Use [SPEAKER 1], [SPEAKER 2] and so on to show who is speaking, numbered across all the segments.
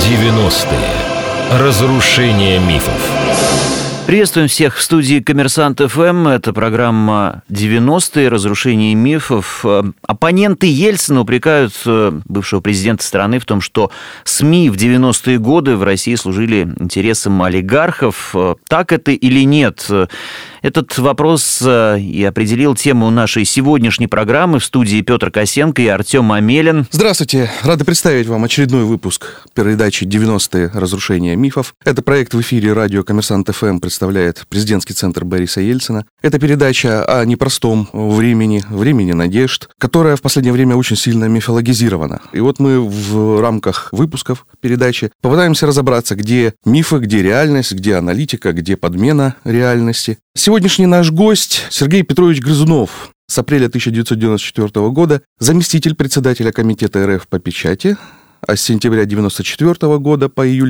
[SPEAKER 1] 90-е. Разрушение мифов.
[SPEAKER 2] Приветствуем всех в студии «Коммерсант ФМ». Это программа «90-е. Разрушение мифов». Оппоненты Ельцина упрекают бывшего президента страны в том, что СМИ в 90-е годы в России служили интересам олигархов. Так это или нет? Этот вопрос и определил тему нашей сегодняшней программы. В студии Петр Косенко и Артем Амелин.
[SPEAKER 3] Здравствуйте. Рады представить вам очередной выпуск передачи «90-е. Разрушение мифов». Это проект в эфире радио «Коммерсант ФМ» представляет президентский центр Бориса Ельцина. Это передача о непростом времени надежд, которая в последнее время очень сильно мифологизирована. И вот мы в рамках выпусков передачи попытаемся разобраться, где мифы, где реальность, где аналитика, где подмена реальности. Сегодняшний наш гость Сергей Петрович Грызунов, с апреля 1994 года заместитель председателя Комитета РФ по печати, а с сентября 1994 года по июль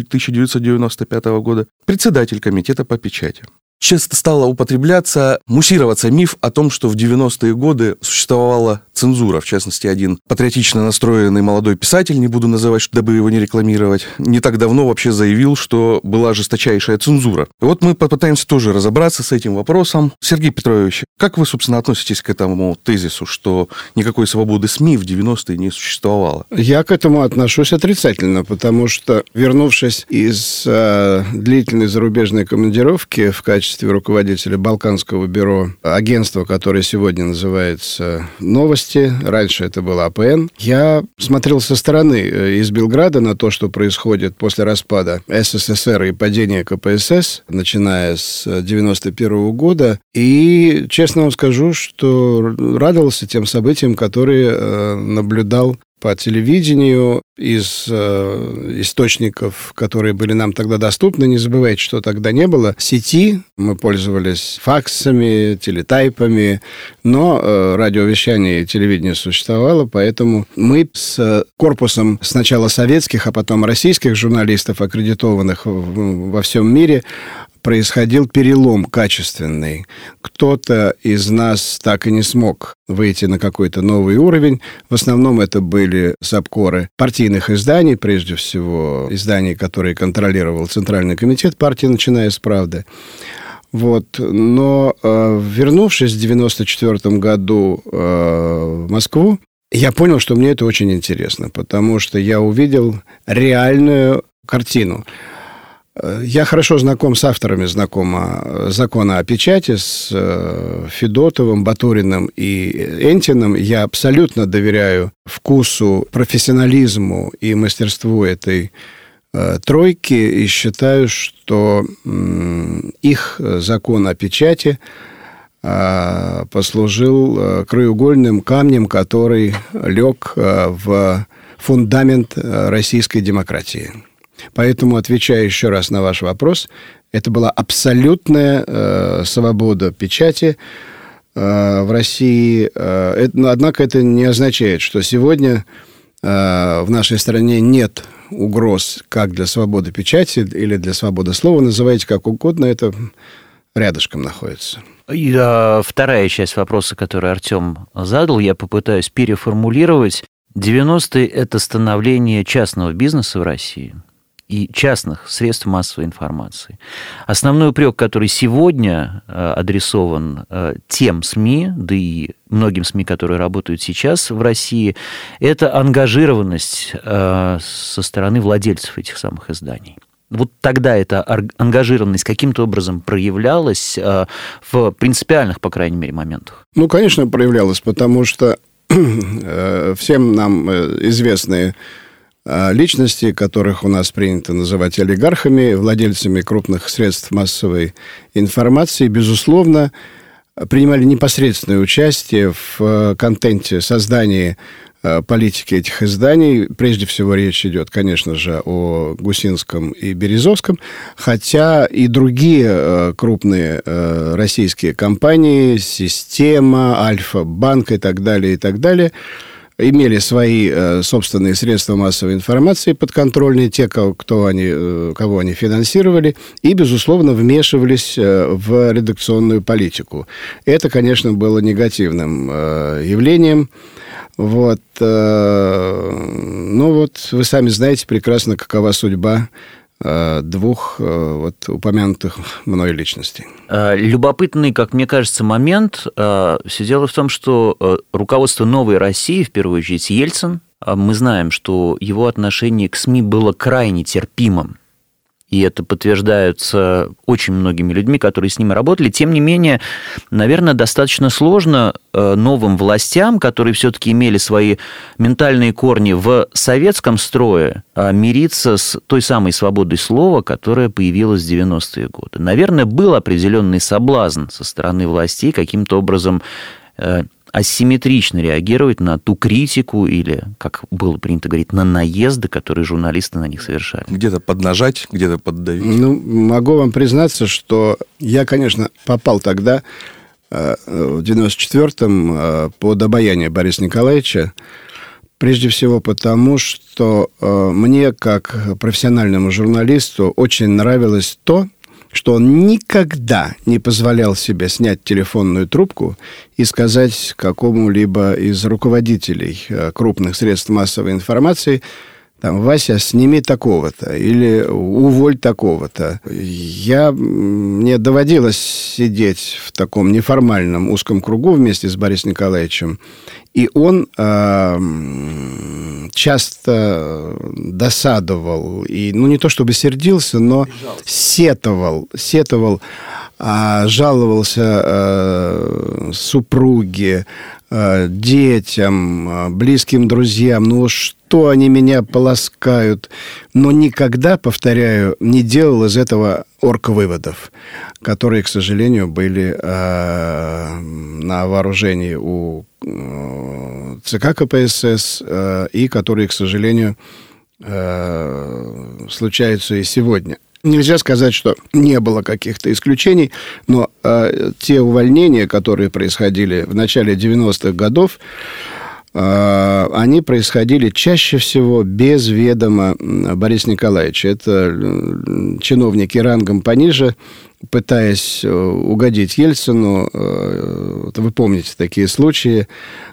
[SPEAKER 3] 1995 года председатель Комитета по печати. Часто стало употребляться, муссироваться миф о том, что в 90-е годы существовала цензура. В частности, один патриотично настроенный молодой писатель, не буду называть, дабы его не рекламировать, не так давно вообще заявил, что была жесточайшая цензура. И вот мы попытаемся тоже разобраться с этим вопросом. Сергей Петрович, как вы, собственно, относитесь к этому тезису, что никакой свободы СМИ в 90-е не существовало?
[SPEAKER 4] Я к этому отношусь отрицательно, потому что, вернувшись из длительной зарубежной командировки в качестве руководителя Балканского бюро агентства, которое сегодня называется «Новости», раньше это было АПН, я смотрел со стороны из Белграда на то, что происходит после распада СССР и падения КПСС, начиная с 91 года, и честно вам скажу, что радовался тем событиям, которые наблюдал по телевидению из источников, которые были нам тогда доступны. Не забывайте, что тогда не было сети. Мы пользовались факсами, телетайпами, но радиовещание и телевидение существовало, поэтому мы с корпусом сначала советских, а потом российских журналистов, аккредитованных во всем мире, происходил перелом качественный. Кто-то из нас так и не смог выйти на какой-то новый уровень. В основном это были сабкоры партийных изданий, прежде всего изданий, которые контролировал Центральный комитет партии, начиная с «Правды». Вот. Но вернувшись в 1994 году в Москву, я понял, что мне это очень интересно, потому что я увидел реальную картину. Я хорошо знаком с авторами закона о печати, с Федотовым, Батуриным и Энтиным. Я абсолютно доверяю вкусу, профессионализму и мастерству этой тройки и считаю, что их закон о печати послужил краеугольным камнем, который лег в фундамент российской демократии. Поэтому, отвечая еще раз на ваш вопрос, это была абсолютная свобода печати в России. Однако это не означает, что сегодня в нашей стране нет угроз как для свободы печати или для свободы слова. Называйте как угодно, это рядышком находится.
[SPEAKER 2] И вторая часть вопроса, который Артем задал, я попытаюсь переформулировать. 90-е – это становление частного бизнеса в России и частных средств массовой информации. Основной упрек, который сегодня адресован тем СМИ, да и многим СМИ, которые работают сейчас в России, это ангажированность со стороны владельцев этих самых изданий. Вот тогда эта ангажированность каким-то образом проявлялась в принципиальных, по крайней мере, моментах?
[SPEAKER 4] Ну, конечно, проявлялась, потому что всем нам известные личности, которых у нас принято называть олигархами, владельцами крупных средств массовой информации, безусловно, принимали непосредственное участие в контенте, создании политики этих изданий. Прежде всего, речь идет, конечно же, о Гусинском и Березовском, хотя и другие крупные российские компании, Система, Альфа-Банк и так далее, имели свои собственные средства массовой информации подконтрольные, те, кого они финансировали, и, безусловно, вмешивались в редакционную политику. Это, конечно, было негативным явлением. Вот. Ну, вот вы сами знаете прекрасно, какова судьба двух упомянутых мной личностей.
[SPEAKER 2] Любопытный, как мне кажется, момент. Все дело в том, что руководство «Новой России», в первую очередь Ельцин, мы знаем, что его отношение к СМИ было крайне терпимым. И это подтверждается очень многими людьми, которые с ними работали. Тем не менее, наверное, достаточно сложно новым властям, которые все-таки имели свои ментальные корни в советском строе, мириться с той самой свободой слова, которая появилась в 90-е годы. Наверное, был определенный соблазн со стороны властей каким-то образом асимметрично реагировать на ту критику или, как было принято говорить, на наезды, которые журналисты на них совершали.
[SPEAKER 3] Где-то поднажать, где-то поддавить.
[SPEAKER 4] Ну, могу вам признаться, что я, конечно, попал тогда, в 94-м, под обаяние Бориса Николаевича, прежде всего потому, что мне, как профессиональному журналисту, очень нравилось то, что он никогда не позволял себе снять телефонную трубку и сказать какому-либо из руководителей крупных средств массовой информации: там, Вася, сними такого-то, или уволь такого-то. Мне доводилось сидеть в таком неформальном узком кругу вместе с Борисом Николаевичем, и он часто досадовал, и, не то чтобы сердился, но сетовал, жаловался супруге, детям, близким друзьям, что они меня полоскают. Но никогда, повторяю, не делал из этого орг-выводов, которые, к сожалению, были на вооружении у ЦК КПСС и которые, к сожалению, случаются и сегодня. Нельзя сказать, что не было каких-то исключений, но те увольнения, которые происходили в начале 90-х годов, они происходили чаще всего без ведома Бориса Николаевича. Это чиновники рангом пониже, пытаясь угодить Ельцину. Вы помните такие случаи,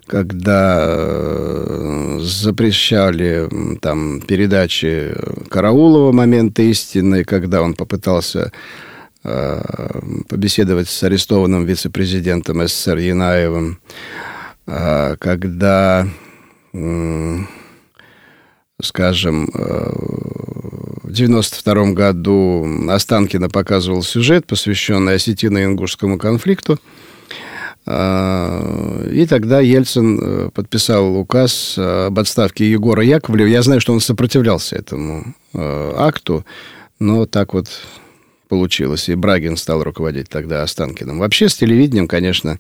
[SPEAKER 4] когда запрещали там передачи Караулова «Момента истины», когда он попытался побеседовать с арестованным вице-президентом СССР Янаевым, когда, скажем, в 1992 году Останкино показывал сюжет, посвященный осетино-ингушскому конфликту. И тогда Ельцин подписал указ об отставке Егора Яковлева. Я знаю, что он сопротивлялся этому акту, но так вот получилось. И Брагин стал руководить тогда Останкиным. Вообще с телевидением, конечно,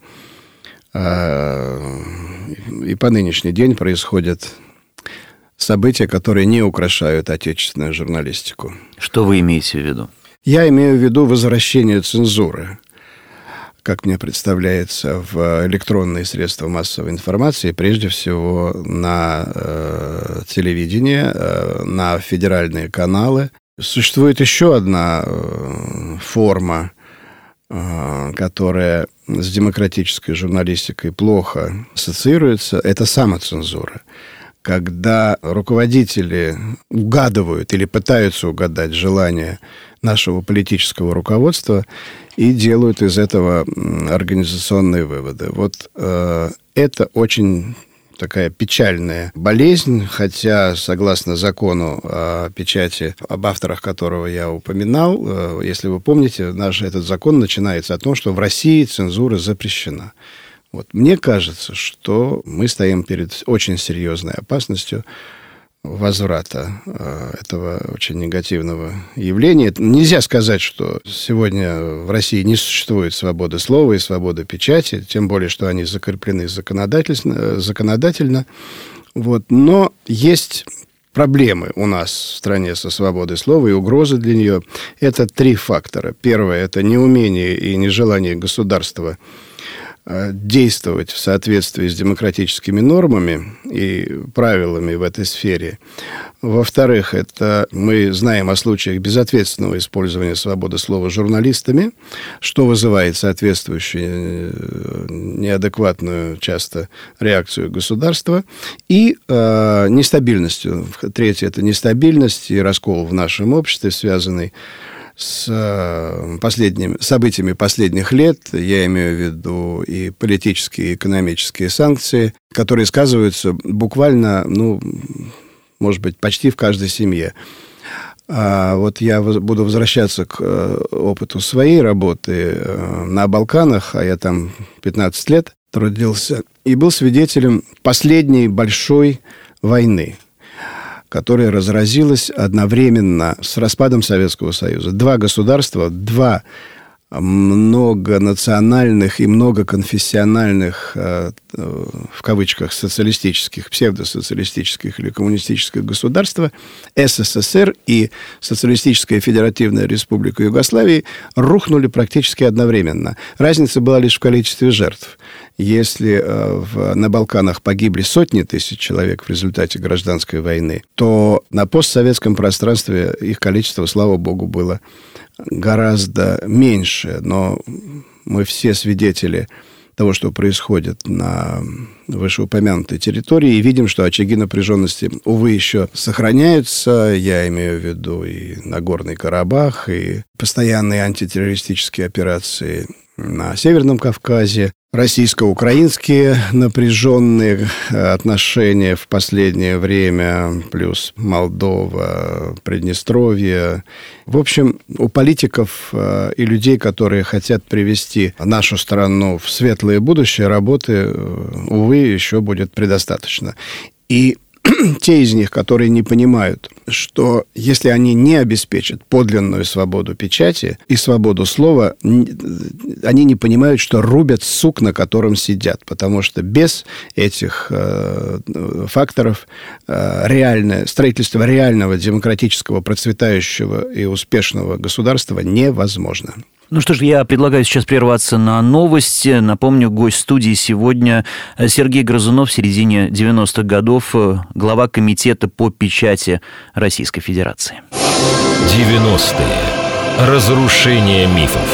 [SPEAKER 4] и по нынешний день происходят события, которые не украшают отечественную журналистику.
[SPEAKER 2] Что вы имеете в виду?
[SPEAKER 4] Я имею в виду возвращение цензуры, как мне представляется, в электронные средства массовой информации, прежде всего на телевидение, на федеральные каналы. Существует еще одна форма, которая с демократической журналистикой плохо ассоциируется, это самоцензура. Когда руководители угадывают или пытаются угадать желания нашего политического руководства и делают из этого организационные выводы. Вот это очень такая печальная болезнь, хотя, согласно закону о печати, об авторах которого я упоминал, если вы помните, этот закон начинается о том, что в России цензура запрещена. Вот. Мне кажется, что мы стоим перед очень серьезной опасностью возврата этого очень негативного явления. Нельзя сказать, что сегодня в России не существует свободы слова и свободы печати, тем более, что они закреплены законодательно. Вот. Но есть проблемы у нас в стране со свободой слова и угрозы для нее. Это 3 фактора. Первое – это неумение и нежелание государства действовать в соответствии с демократическими нормами и правилами в этой сфере. Во-вторых, это мы знаем о случаях безответственного использования свободы слова журналистами, что вызывает соответствующую неадекватную часто реакцию государства, и нестабильностью. Третье – это нестабильность и раскол в нашем обществе, связанный с событиями последних лет, я имею в виду и политические, и экономические санкции, которые сказываются буквально, может быть, почти в каждой семье. Вот я буду возвращаться к опыту своей работы на Балканах, а я там 15 лет трудился, и был свидетелем последней большой войны, которая разразилась одновременно с распадом Советского Союза. Два государства, два многонациональных и многоконфессиональных, в кавычках, социалистических, псевдосоциалистических или коммунистических государства, СССР и Социалистическая Федеративная Республика Югославии, рухнули практически одновременно. Разница была лишь в количестве жертв. Если на Балканах погибли сотни тысяч человек в результате гражданской войны, то на постсоветском пространстве их количество, слава богу, было гораздо меньше. Но мы все свидетели того, что происходит на вышеупомянутой территории, и видим, что очаги напряженности, увы, еще сохраняются. Я имею в виду и Нагорный Карабах, и постоянные антитеррористические операции на Северном Кавказе, российско-украинские напряженные отношения в последнее время, плюс Молдова, Приднестровье. В общем, у политиков и людей, которые хотят привести нашу страну в светлое будущее, работы, увы, еще будет предостаточно. И те из них, которые не понимают, что если они не обеспечат подлинную свободу печати и свободу слова, они не понимают, что рубят сук, на котором сидят. Потому что без этих факторов строительство реального демократического, процветающего и успешного государства невозможно.
[SPEAKER 2] Ну что ж, я предлагаю сейчас прерваться на новости. Напомню, гость студии сегодня Сергей Грызунов, в середине 90-х годов, глава комитета по печати Российской Федерации.
[SPEAKER 1] 90-е. Разрушение мифов.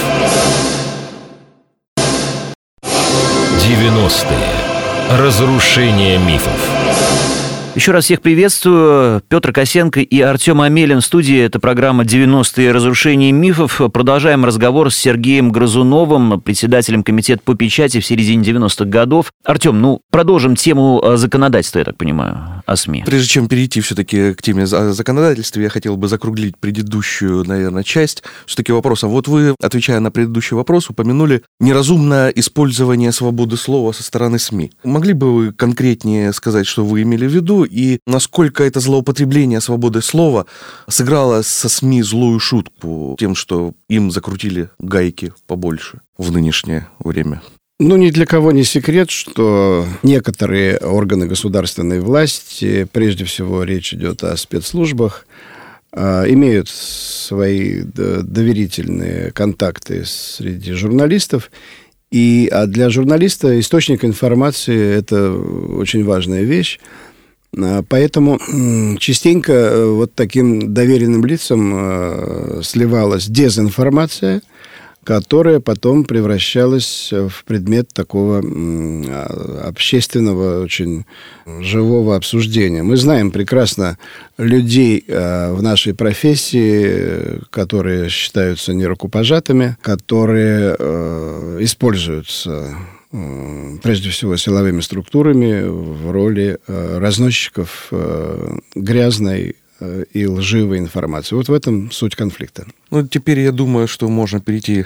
[SPEAKER 1] 90-е. Разрушение мифов.
[SPEAKER 2] Еще раз всех приветствую. Петр Косенко и Артем Амелин в студии. Это программа «90-е. Разрушение мифов». Продолжаем разговор с Сергеем Грызуновым, председателем комитета по печати в середине 90-х годов. Артем, продолжим тему законодательства, я так понимаю, о СМИ.
[SPEAKER 3] Прежде чем перейти все-таки к теме законодательства, я хотел бы закруглить предыдущую, наверное, часть все-таки вопроса. Вот вы, отвечая на предыдущий вопрос, упомянули неразумное использование свободы слова со стороны СМИ. Могли бы вы конкретнее сказать, что вы имели в виду, и насколько это злоупотребление свободой слова сыграло со СМИ злую шутку тем, что им закрутили гайки побольше в нынешнее время?
[SPEAKER 4] Ни для кого не секрет, что некоторые органы государственной власти, прежде всего речь идет о спецслужбах, имеют свои доверительные контакты среди журналистов. А для журналиста источник информации – это очень важная вещь. Поэтому частенько вот таким доверенным лицам сливалась дезинформация, которая потом превращалась в предмет такого общественного, очень живого обсуждения. Мы знаем прекрасно людей в нашей профессии, которые считаются нерукопожатыми, которые используются прежде всего силовыми структурами в роли разносчиков грязной и лживой информации. Вот в этом суть конфликта.
[SPEAKER 3] Теперь я думаю, что можно перейти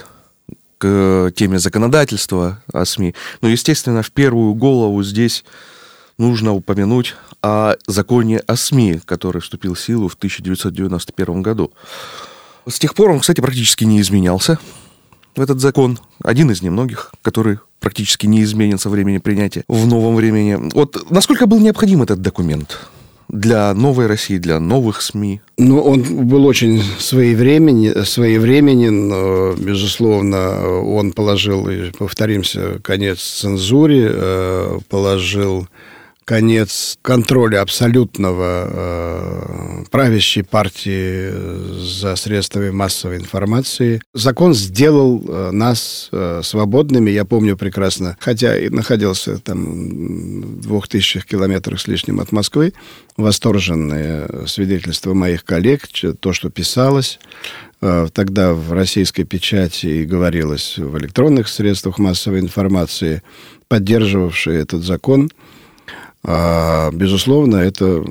[SPEAKER 3] к теме законодательства о СМИ. Естественно, в первую голову здесь нужно упомянуть о законе о СМИ, который вступил в силу в 1991 году. С тех пор он, кстати, практически не изменялся. Этот закон один из немногих, который практически не изменен со времени принятия в новом времени. Вот насколько был необходим этот документ? для новой России, для новых СМИ?
[SPEAKER 4] Он был очень своевременен, безусловно, он положил, повторимся, конец цензуре, положил конец контроля абсолютного правящей партии за средствами массовой информации. Закон сделал нас свободными. Я помню прекрасно, хотя и находился там в 2000 километрах с лишним от Москвы, восторженные свидетельства моих коллег, то, что писалось тогда в российской печати и говорилось в электронных средствах массовой информации, поддерживавшие этот закон. Безусловно, это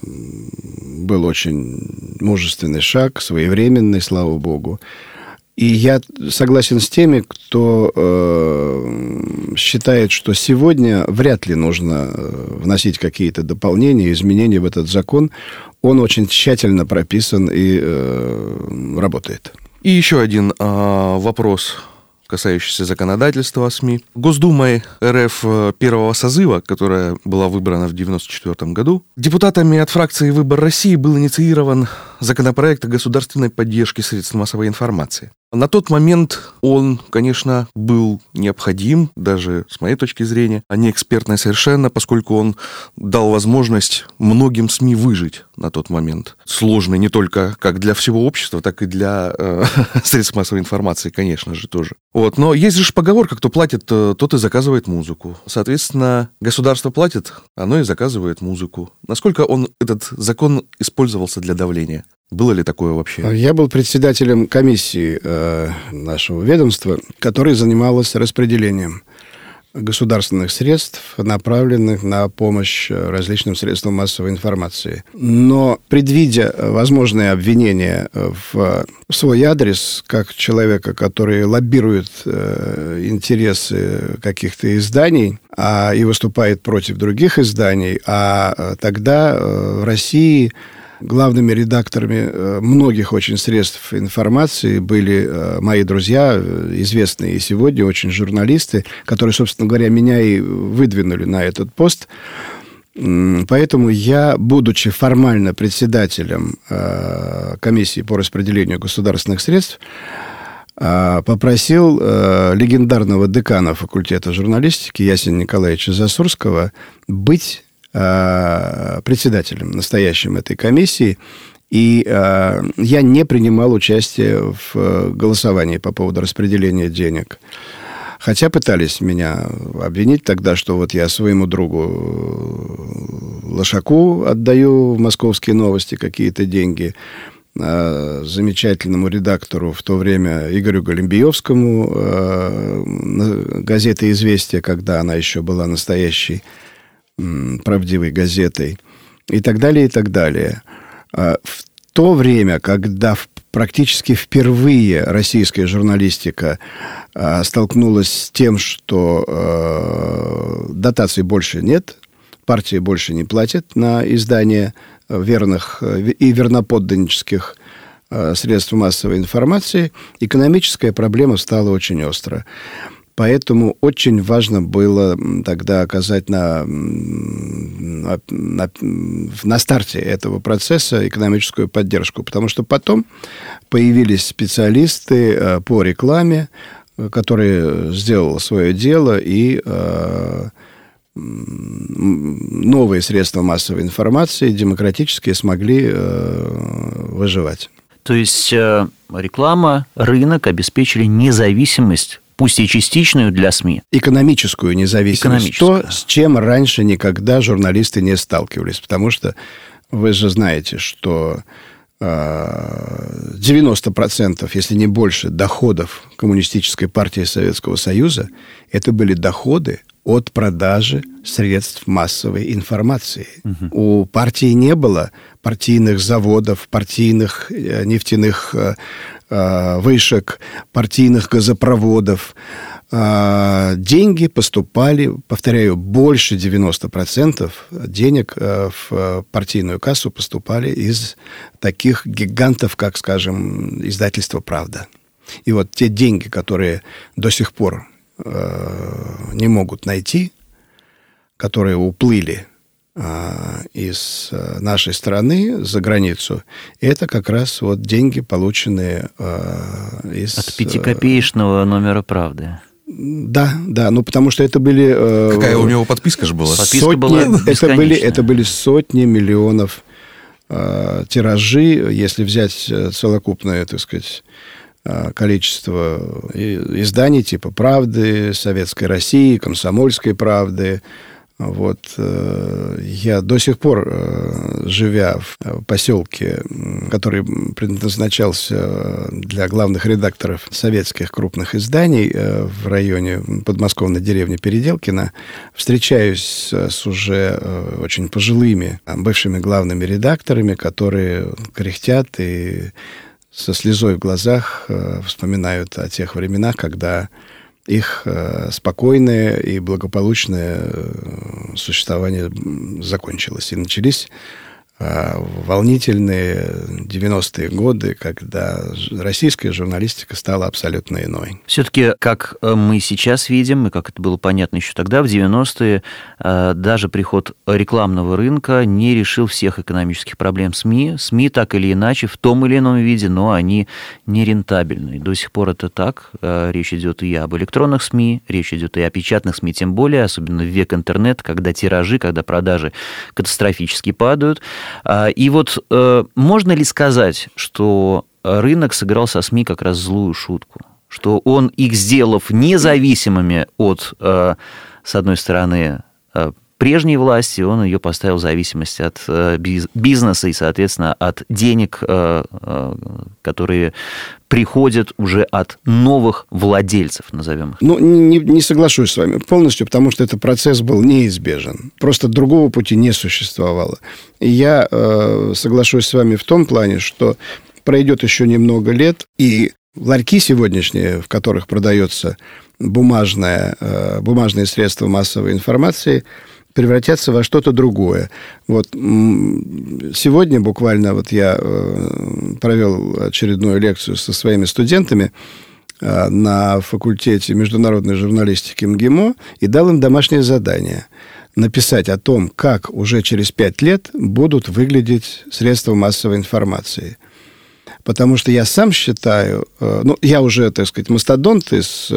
[SPEAKER 4] был очень мужественный шаг, своевременный, слава богу. И я согласен с теми, кто считает, что сегодня вряд ли нужно вносить какие-то дополнения, изменения в этот закон. Он очень тщательно прописан и работает.
[SPEAKER 3] И еще один вопрос, касающийся законодательства о СМИ. Госдумой РФ первого созыва, которая была выбрана в 1994 году, депутатами от фракции «Выбор России» был инициирован законопроект о государственной поддержке средств массовой информации. На тот момент он, конечно, был необходим, даже с моей точки зрения, а не экспертный совершенно, поскольку он дал возможность многим СМИ выжить на тот момент. Сложный не только как для всего общества, так и для средств массовой информации, конечно же, тоже. Но есть же поговорка: кто платит, тот и заказывает музыку. Соответственно, государство платит, оно и заказывает музыку. Насколько этот закон использовался для давления? Было ли такое вообще?
[SPEAKER 4] Я был председателем комиссии нашего ведомства, которая занималась распределением государственных средств, направленных на помощь различным средствам массовой информации. Но, предвидя возможные обвинения в свой адрес, как человека, который лоббирует интересы каких-то изданий и выступает против других изданий, тогда в России главными редакторами многих очень средств информации были мои друзья, известные и сегодня очень журналисты, которые, собственно говоря, меня и выдвинули на этот пост. Поэтому я, будучи формально председателем комиссии по распределению государственных средств, попросил легендарного декана факультета журналистики Ясеня Николаевича Засурского быть председателем настоящим этой комиссии, и я не принимал участие в голосовании по поводу распределения денег. Хотя пытались меня обвинить тогда, что я своему другу Лошаку отдаю в «Московские новости» какие-то деньги, замечательному редактору в то время Игорю Голембиевскому газеты «Известия», когда она еще была настоящей правдивой газетой, и так далее, и так далее. В то время, когда практически впервые российская журналистика столкнулась с тем, что дотаций больше нет, партии больше не платят на издание верных и верноподданнических средств массовой информации, экономическая проблема стала очень остро. Поэтому очень важно было тогда оказать на старте этого процесса экономическую поддержку, потому что потом появились специалисты по рекламе, которые сделали свое дело, и новые средства массовой информации, демократические, смогли выживать.
[SPEAKER 2] То есть реклама, рынок обеспечили независимость, пусть и частичную для СМИ.
[SPEAKER 4] Экономическую независимость. То, с чем раньше никогда журналисты не сталкивались. Потому что вы же знаете, что 90%, если не больше, доходов Коммунистической партии Советского Союза это были доходы от продажи средств массовой информации. У партии не было партийных заводов, партийных нефтяных вышек, партийных газопроводов. Деньги поступали, повторяю, больше 90% денег в партийную кассу поступали из таких гигантов, как, скажем, издательство «Правда». И те деньги, которые до сих пор не могут найти, которые уплыли из нашей страны за границу, это как раз вот деньги, полученные из...
[SPEAKER 2] От 5-копеечного номера «Правды».
[SPEAKER 4] Да, ну потому что это были...
[SPEAKER 3] Какая у него подписка же была?
[SPEAKER 2] Подписка была бесконечная.
[SPEAKER 4] Это были сотни миллионов тиражи, если взять целокупное, так сказать, количество изданий типа «Правды», «Советской России», «Комсомольской правды». Вот я до сих пор, живя в поселке, который предназначался для главных редакторов советских крупных изданий в районе подмосковной деревни Переделкино, встречаюсь с уже очень пожилыми бывшими главными редакторами, которые кряхтят и со слезой в глазах вспоминают о тех временах, когда их спокойное и благополучное существование закончилось. И начались волнительные 90-е годы, когда российская журналистика стала абсолютно иной.
[SPEAKER 2] Все-таки, как мы сейчас видим, и как это было понятно еще тогда, в 90-е, даже приход рекламного рынка не решил всех экономических проблем СМИ. СМИ так или иначе, в том или ином виде, но они не рентабельны. До сих пор это так. Речь идет и об электронных СМИ, речь идет и о печатных СМИ, тем более, особенно в век интернета, когда тиражи, когда продажи катастрофически падают. И вот можно ли сказать, что рынок сыграл со СМИ как раз злую шутку? Что он, их сделав независимыми от, с одной стороны, прежней власти, он ее поставил в зависимость от бизнеса и, соответственно, от денег, которые приходят уже от новых владельцев, назовем их.
[SPEAKER 4] Ну, не соглашусь с вами полностью, потому что этот процесс был неизбежен. Просто другого пути не существовало. И я соглашусь с вами в том плане, что пройдет еще немного лет, и ларьки сегодняшние, в которых продается бумажные средства массовой информации, превратятся во что-то другое. Вот сегодня буквально вот я провел очередную лекцию со своими студентами на факультете международной журналистики МГИМО и дал им домашнее задание написать о том, как уже через 5 лет будут выглядеть средства массовой информации. Потому что я сам считаю, я уже, так сказать, мастодонт из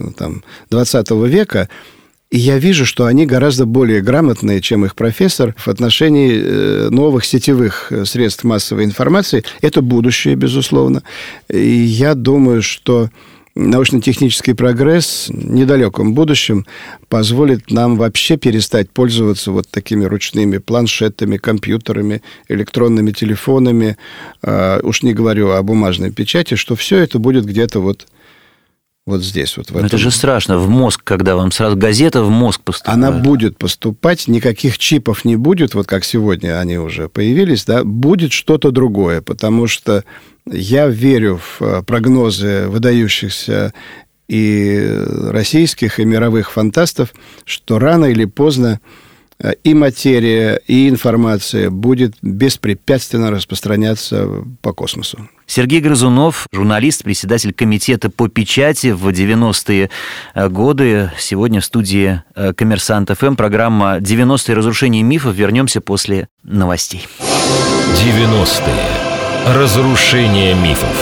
[SPEAKER 4] 20 века, и я вижу, что они гораздо более грамотные, чем их профессор, в отношении новых сетевых средств массовой информации. Это будущее, безусловно. И я думаю, что научно-технический прогресс в недалеком будущем позволит нам вообще перестать пользоваться вот такими ручными планшетами, компьютерами, электронными телефонами. Уж не говорю о бумажной печати, что все это будет где-то вот здесь. Вот в этом.
[SPEAKER 2] Это же страшно. В мозг, когда вам сразу газета в мозг поступает.
[SPEAKER 4] Она будет поступать, никаких чипов не будет, вот как сегодня они уже появились, да, будет что-то другое, потому что я верю в прогнозы выдающихся и российских, и мировых фантастов, что рано или поздно и материя, и информация будет беспрепятственно распространяться по космосу.
[SPEAKER 2] Сергей Грызунов, журналист, председатель комитета по печати в 90-е годы. Сегодня в студии «Коммерсант ФМ» программа «90-е. Разрушение мифов». Вернемся после новостей.
[SPEAKER 1] 90-е. Разрушение мифов.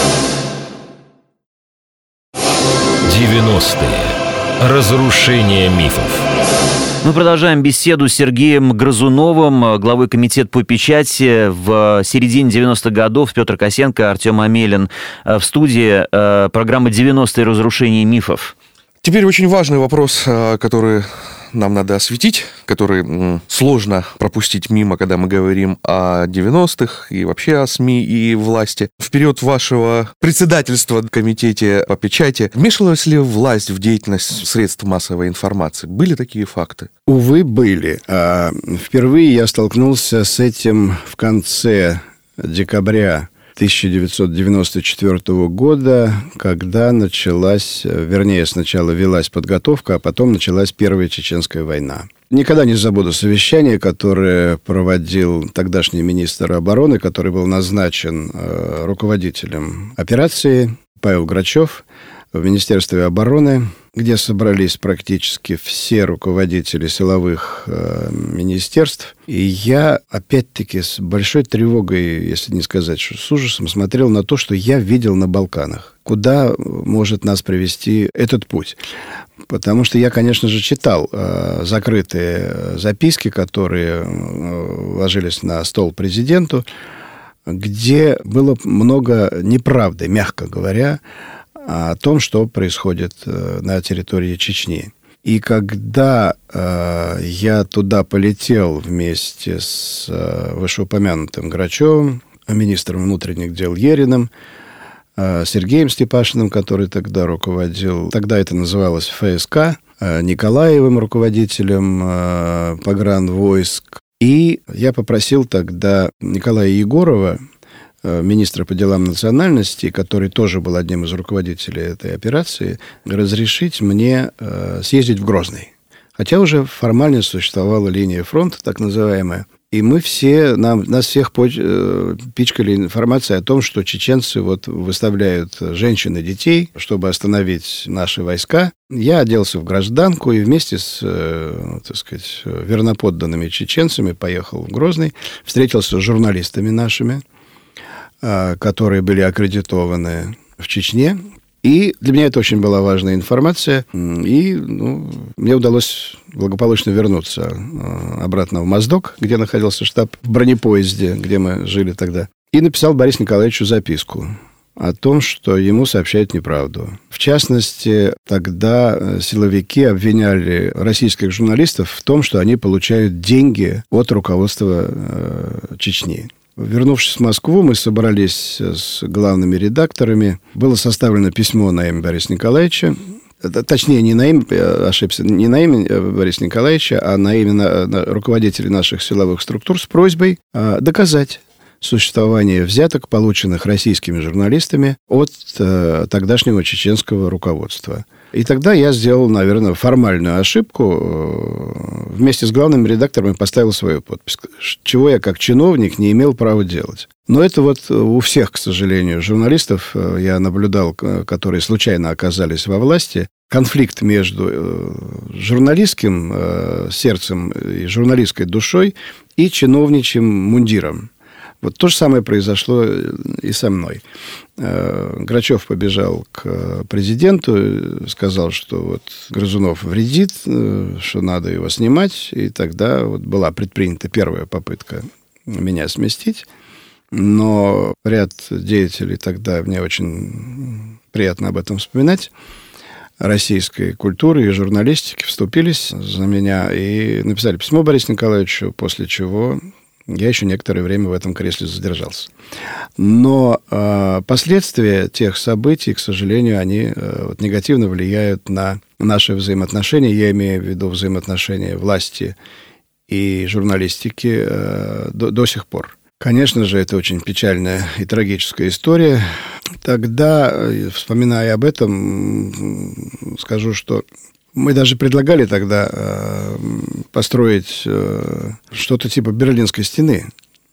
[SPEAKER 1] 90-е. Разрушение мифов.
[SPEAKER 2] Мы продолжаем беседу с Сергеем Грызуновым, главой комитета по печати. В середине 90-х годов Петр Косенко, Артем Амелин в студии. Программа «90-е. Разрушение мифов».
[SPEAKER 3] Теперь очень важный вопрос, который нам надо осветить, который сложно пропустить мимо, когда мы говорим о 90-х и вообще о СМИ и власти. В период вашего председательства в комитете по печати вмешивалась ли власть в деятельность средств массовой информации? Были такие факты?
[SPEAKER 4] Увы, были. Впервые я столкнулся с этим в конце декабря 1994 года, когда сначала велась подготовка, а потом началась Первая Чеченская война. Никогда не забуду совещание, которое проводил тогдашний министр обороны, который был назначен руководителем операции, Павел Грачев. в Министерстве обороны, где собрались практически все руководители силовых министерств. И я, опять-таки, с большой тревогой, если не сказать, что с ужасом, смотрел на то, что я видел на Балканах. Куда может нас привести этот путь? Потому что я, конечно же, читал закрытые записки, которые ложились на стол президенту, где было много неправды, мягко говоря, о том, что происходит на территории Чечни. И когда я туда полетел вместе с вышеупомянутым Грачевым, министром внутренних дел Ериным, Сергеем Степашиным, который тогда руководил, тогда это называлось ФСК, Николаевым, руководителем погранвойск. И я попросил тогда Николая Егорова, министра по делам национальностей, который тоже был одним из руководителей этой операции, разрешить мне съездить в Грозный. Хотя уже формально существовала линия фронта, так называемая. И мы все, нас всех пичкали информацией о том, что чеченцы выставляют женщин и детей, чтобы остановить наши войска. Я оделся в гражданку и вместе с, верноподданными чеченцами поехал в Грозный, встретился с журналистами нашими, которые были аккредитованы в Чечне. И для меня это очень была важная информация. И мне удалось благополучно вернуться обратно в Моздок, где находился штаб, в бронепоезде, где мы жили тогда. И написал Борису Николаевичу записку о том, что ему сообщают неправду. В частности, тогда силовики обвиняли российских журналистов в том, что они получают деньги от руководства Чечни. Вернувшись в Москву, мы собрались с главными редакторами. Было составлено письмо на имя Бориса Николаевича. Точнее, не на имя Бориса Николаевича, а на имя руководителей наших силовых структур с просьбой доказать существование взяток, полученных российскими журналистами от тогдашнего чеченского руководства. И тогда я сделал, наверное, формальную ошибку. Вместе с главным редактором поставил свою подпись, чего я как чиновник не имел права делать. Но это у всех, к сожалению, журналистов, я наблюдал, которые случайно оказались во власти, конфликт между журналистским сердцем и журналистской душой и чиновничьим мундиром. То же самое произошло и со мной. Грачев побежал к президенту, сказал, что Грызунов вредит, что надо его снимать. И тогда была предпринята первая попытка меня сместить. Но ряд деятелей тогда, мне очень приятно об этом вспоминать, российской культуры и журналистики вступились за меня и написали письмо Борису Николаевичу, после чего я еще некоторое время в этом кресле задержался. Но последствия тех событий, к сожалению, они негативно влияют на наши взаимоотношения. Я имею в виду взаимоотношения власти и журналистики до сих пор. Конечно же, это очень печальная и трагическая история. Тогда, вспоминая об этом, скажу, что мы даже предлагали тогда построить что-то типа Берлинской стены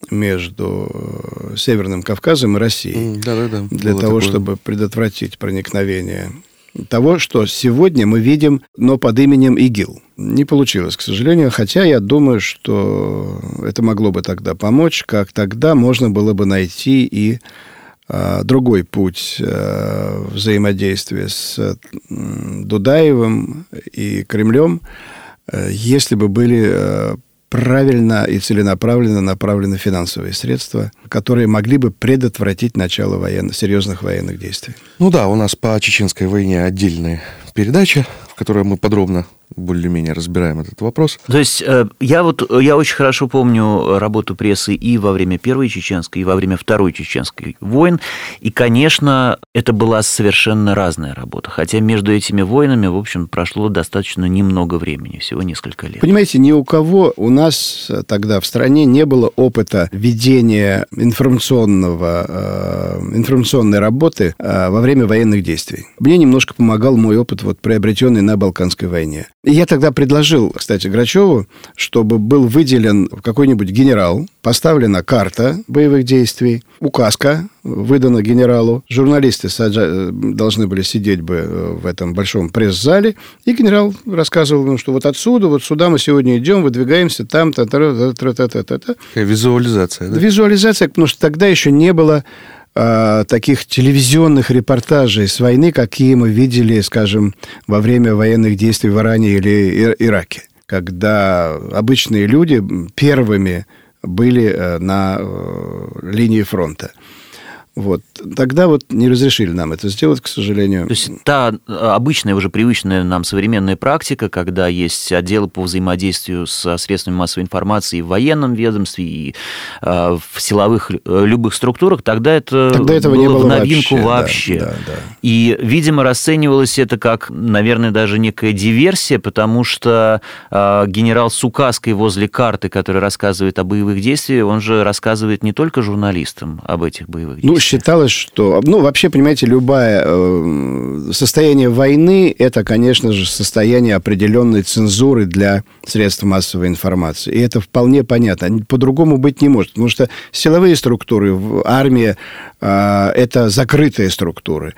[SPEAKER 4] между Северным Кавказом и Россией.
[SPEAKER 3] Да-да-да.
[SPEAKER 4] Для того, чтобы предотвратить проникновение того, что сегодня мы видим, но под именем ИГИЛ. Не получилось, к сожалению, хотя я думаю, что это могло бы тогда помочь, как тогда можно было бы найти и другой путь взаимодействия с Дудаевым и Кремлем, если бы были правильно и целенаправленно направлены финансовые средства, которые могли бы предотвратить начало серьезных военных действий.
[SPEAKER 3] У нас по Чеченской войне отдельная передача, в которой мы подробно более-менее разбираем этот вопрос.
[SPEAKER 2] То есть я очень хорошо помню работу прессы и во время Первой Чеченской, и во время Второй Чеченской войн. И, конечно, это была совершенно разная работа. Хотя между этими войнами, в общем, прошло достаточно немного времени, всего несколько лет.
[SPEAKER 4] Понимаете, ни у кого у нас тогда в стране не было опыта ведения информационной работы во время военных действий. Мне немножко помогал мой опыт, приобретенный на Балканской войне. И я тогда предложил, кстати, Грачеву, чтобы был выделен какой-нибудь генерал, поставлена карта боевых действий, указка выдана генералу, журналисты должны были сидеть бы в этом большом пресс-зале, и генерал рассказывал им, что вот отсюда, вот сюда мы сегодня идем, выдвигаемся, там, та-та-та-та-та-та.
[SPEAKER 3] Визуализация, да?
[SPEAKER 4] Визуализация, потому что тогда еще не было таких телевизионных репортажей с войны, какие мы видели, скажем, во время военных действий в Иране или Ираке, когда обычные люди первыми были на линии фронта. Вот. Тогда вот не разрешили нам это сделать, к сожалению.
[SPEAKER 2] То есть та обычная, уже привычная нам современная практика, когда есть отделы по взаимодействию со средствами массовой информации и в военном ведомстве, и в силовых любых структурах, тогда этого было
[SPEAKER 4] не было
[SPEAKER 2] в новинку вообще.
[SPEAKER 4] Да.
[SPEAKER 2] И, видимо, расценивалось это как, наверное, даже некая диверсия, потому что генерал с указкой возле карты, который рассказывает о боевых действиях, он же рассказывает не только журналистам об этих боевых действиях.
[SPEAKER 4] Считалось, что... вообще, понимаете, любое состояние войны – это, конечно же, состояние определенной цензуры для средств массовой информации. И это вполне понятно. По-другому быть не может. Потому что силовые структуры, армия – это закрытые структуры.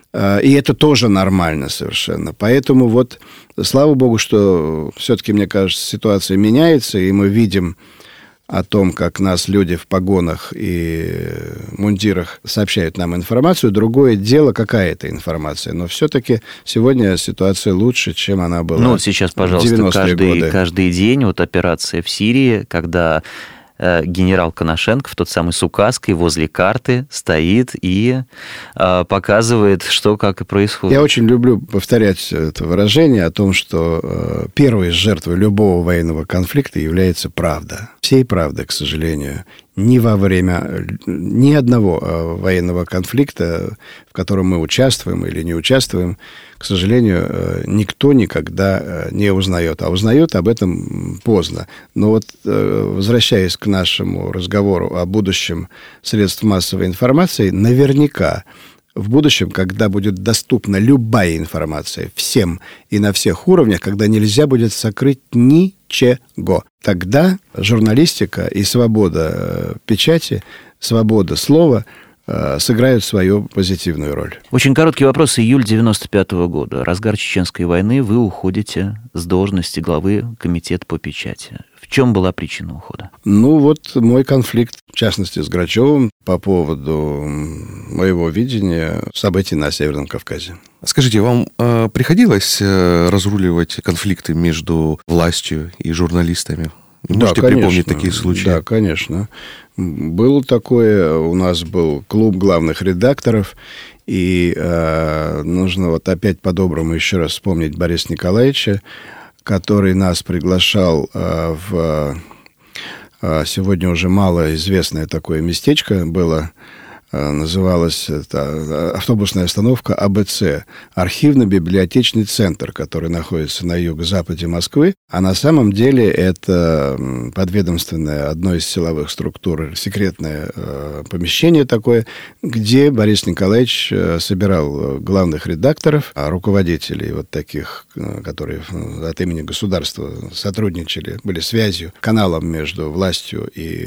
[SPEAKER 4] И это тоже нормально совершенно. Поэтому вот, слава богу, что все-таки, мне кажется, ситуация меняется, и мы видим о том, как нас люди в погонах и мундирах сообщают нам информацию. Другое дело, какая это информация. Но все-таки сегодня ситуация лучше, чем она была
[SPEAKER 2] сейчас,
[SPEAKER 4] в 90-е
[SPEAKER 2] пожалуйста,
[SPEAKER 4] годы.
[SPEAKER 2] каждый день операция в Сирии, когда генерал Коношенков, тот самый с указкой, возле карты стоит и показывает, что, как и происходит.
[SPEAKER 4] Я очень люблю повторять это выражение о том, что первой жертвой любого военного конфликта является правда. Всей правды, к сожалению, ни во время ни одного военного конфликта, в котором мы участвуем или не участвуем, к сожалению, никто никогда не узнает. А узнает об этом поздно. Но вот, возвращаясь к нашему разговору о будущем средств массовой информации, наверняка в будущем, когда будет доступна любая информация всем и на всех уровнях, когда нельзя будет сокрыть ничего, тогда журналистика и свобода печати, свобода слова сыграют свою позитивную роль.
[SPEAKER 2] Очень короткий вопрос. Июль 95-го года. Разгар Чеченской войны. Вы уходите с должности главы комитета по печати. В чем была причина ухода?
[SPEAKER 4] Мой конфликт, в частности, с Грачевым по поводу моего видения событий на Северном Кавказе.
[SPEAKER 3] Скажите, вам приходилось разруливать конфликты между властью и журналистами? Можете припомнить такие случаи?
[SPEAKER 4] Да, конечно. Было такое, у нас был клуб главных редакторов, и нужно опять по-доброму еще раз вспомнить Бориса Николаевича, который нас приглашал в сегодня уже малоизвестное такое местечко было, называлась это автобусная остановка АБЦ, архивно-библиотечный центр, который находится на юго-западе Москвы. А на самом деле это подведомственное одной из силовых структур, секретное помещение такое, где Борис Николаевич собирал главных редакторов, руководителей таких, которые от имени государства сотрудничали, были связью, каналом между властью и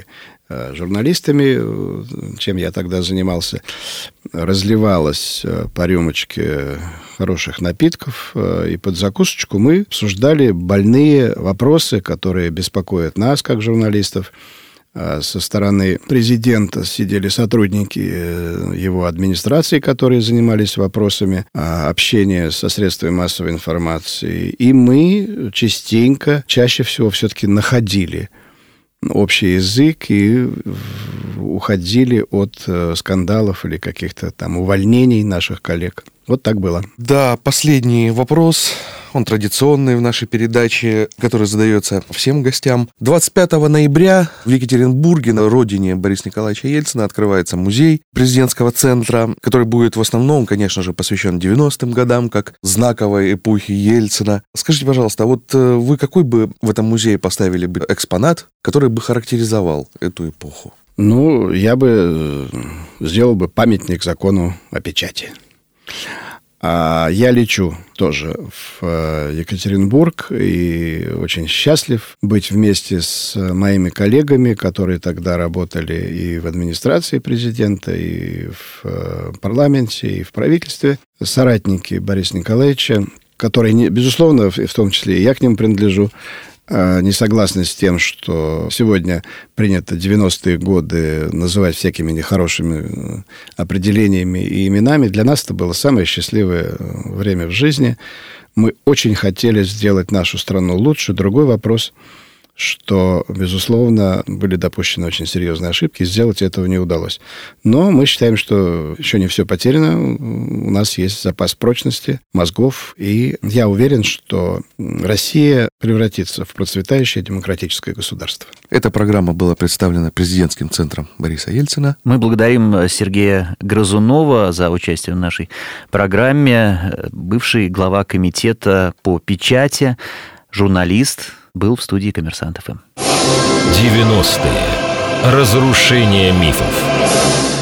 [SPEAKER 4] журналистами, чем я тогда занимался, разливалось по рюмочке хороших напитков, и под закусочку мы обсуждали больные вопросы, которые беспокоят нас, как журналистов. Со стороны президента сидели сотрудники его администрации, которые занимались вопросами общения со средствами массовой информации. И мы частенько, чаще всего все-таки находили общий язык и уходили от скандалов или каких-то там увольнений наших коллег. Вот так было.
[SPEAKER 3] Да, последний вопрос. Он традиционный в нашей передаче, который задается всем гостям. 25 ноября в Екатеринбурге, на родине Бориса Николаевича Ельцина, открывается музей президентского центра, который будет в основном, конечно же, посвящен 90-м годам, как знаковой эпохи Ельцина. Скажите, пожалуйста, вы какой бы в этом музее поставили бы экспонат, который бы характеризовал эту эпоху?
[SPEAKER 4] Я бы сделал бы памятник закону о печати. Я лечу тоже в Екатеринбург и очень счастлив быть вместе с моими коллегами, которые тогда работали и в администрации президента, и в парламенте, и в правительстве. Соратники Бориса Николаевича, которые, безусловно, в том числе и я к ним принадлежу, не согласны с тем, что сегодня принято 90-е годы называть всякими нехорошими определениями и именами. Для нас это было самое счастливое время в жизни. Мы очень хотели сделать нашу страну лучше. Другой вопрос, что, безусловно, были допущены очень серьезные ошибки, и сделать этого не удалось. Но мы считаем, что еще не все потеряно. У нас есть запас прочности, мозгов, и я уверен, что Россия превратится в процветающее демократическое государство.
[SPEAKER 3] Эта программа была представлена президентским центром Бориса Ельцина.
[SPEAKER 2] Мы благодарим Сергея Грызунова за участие в нашей программе. Бывший глава комитета по печати, журналист, был в студии «Коммерсант ФМ».
[SPEAKER 1] 90-е. Разрушение мифов.